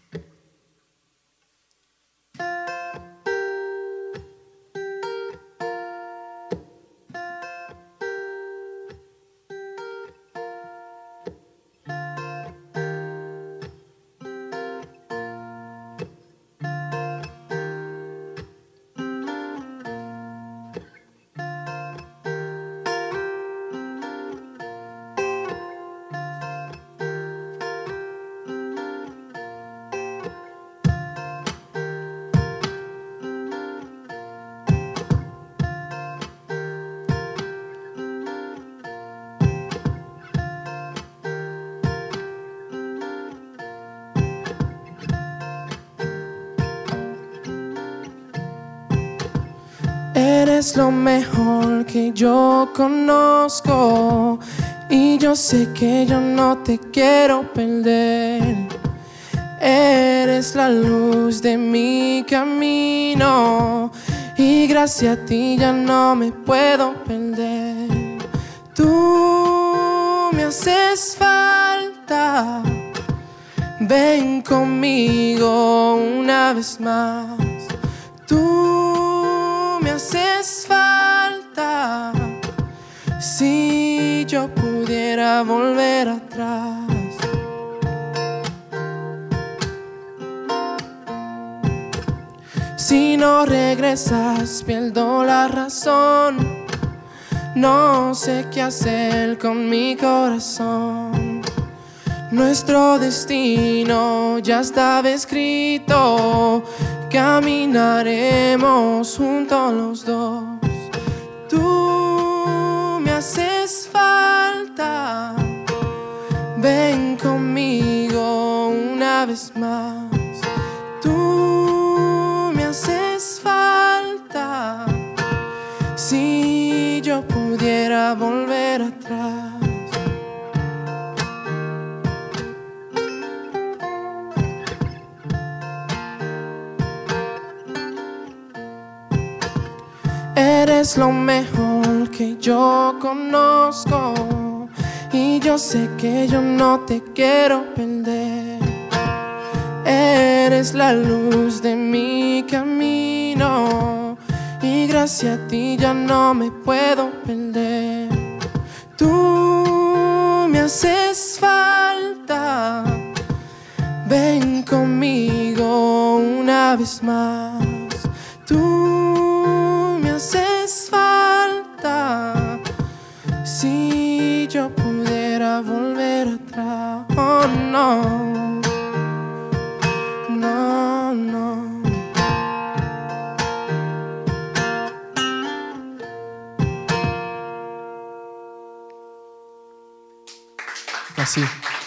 Eres lo mejor que yo conozco y yo sé que yo no te quiero perder. Eres la luz de mi camino y gracias a ti ya no me puedo perder. Tú me haces falta, ven conmigo una vez más. Tú me haces falta, si yo pudiera volver atrás. Si no regresas, pierdo la razón. No sé qué hacer con mi corazón. Nuestro destino ya estaba escrito. Caminaremos juntos los dos. Tú me haces falta. Ven conmigo una vez más. Si yo pudiera volver atrás. Eres lo mejor que yo conozco y yo sé que yo no te quiero perder. Eres la luz de mi camino y gracias a ti ya no me puedo perder. Tú me haces falta, ven conmigo una vez más. Tú me haces falta, si yo pudiera volver atrás. Oh no, no, no. Merci.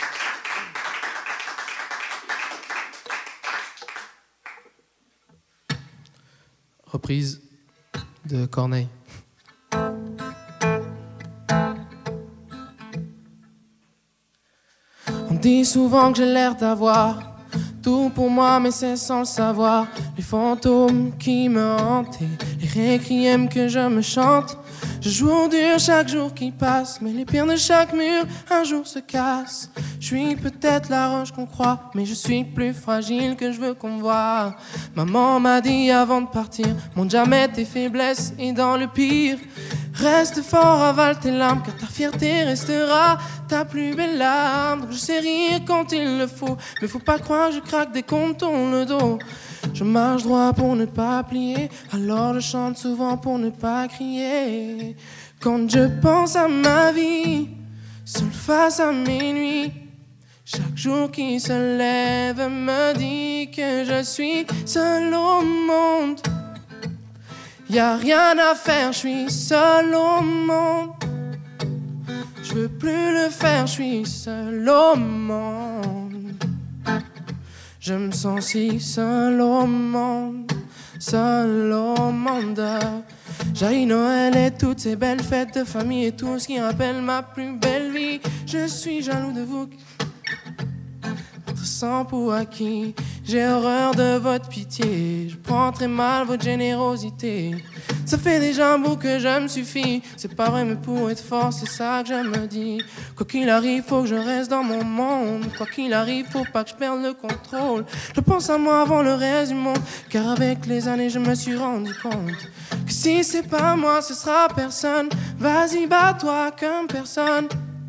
Reprise de Corneille. On dit souvent que j'ai l'air d'avoir tout pour moi, mais c'est sans le savoir. Les fantômes qui me hantent et les réquiems que je me chante. Je joue dur chaque jour qui passe, mais les pierres de chaque mur un jour se cassent. Je suis peut-être la roche qu'on croit, mais je suis plus fragile que je veux qu'on voie. Maman m'a dit avant de partir, montre jamais tes faiblesses et dans le pire, reste fort, avale tes larmes, car ta fierté restera ta plus belle arme. Donc je sais rire quand il le faut, mais faut pas croire que je craque dès qu'on me tourne le dos. Je marche droit pour ne pas plier, alors je chante souvent pour ne pas crier. Quand je pense à ma vie, seul face à mes nuits, chaque jour qui se lève me dit que je suis seul au monde. Y'a rien à faire, je suis seul au monde. Je veux plus le faire, je suis seul au monde. Je me sens si seul au monde, seul au monde. J'haïs Noël et toutes ces belles fêtes de famille et tout ce qui rappelle ma plus belle vie. Je suis jaloux de vous, votre sang pour acquis. J'ai horreur de votre pitié, je prends très mal votre générosité. Ça fait déjà un bout que je me suffis. C'est pas vrai mais pour être fort c'est ça que je me dis. Quoi qu'il arrive faut que je reste dans mon monde. Quoi qu'il arrive faut pas que je perde le contrôle. Je pense à moi avant le reste du monde, car avec les années je me suis rendu compte que si c'est pas moi ce sera personne. Vas-y bats-toi comme personne,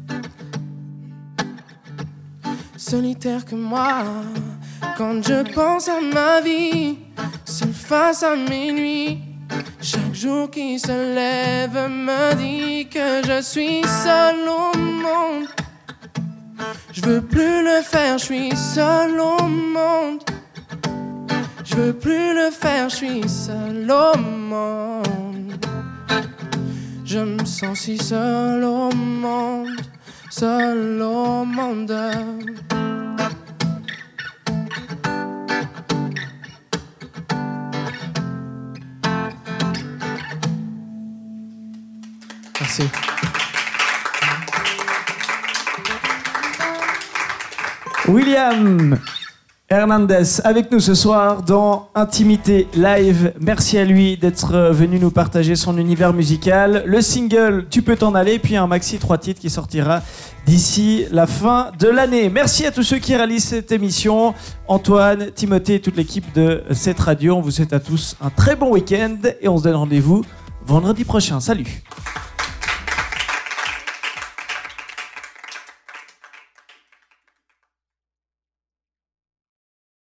solitaire que moi. Quand je pense à ma vie, seul face à mes nuits, chaque jour qui se lève me dit que je suis seul au monde. Je veux plus le faire, je suis seul au monde. Je veux plus le faire, je suis seul au monde. Je me sens si seul au monde, seul au monde. Merci. William Hernandez avec nous ce soir dans Intimité Live. Merci à lui d'être venu nous partager son univers musical. Le single Tu peux t'en aller, puis un maxi trois titres qui sortira d'ici la fin de l'année. Merci à tous ceux qui réalisent cette émission. Antoine, Timothée et toute l'équipe de cette radio. On vous souhaite à tous un très bon week-end et on se donne rendez-vous vendredi prochain. Salut.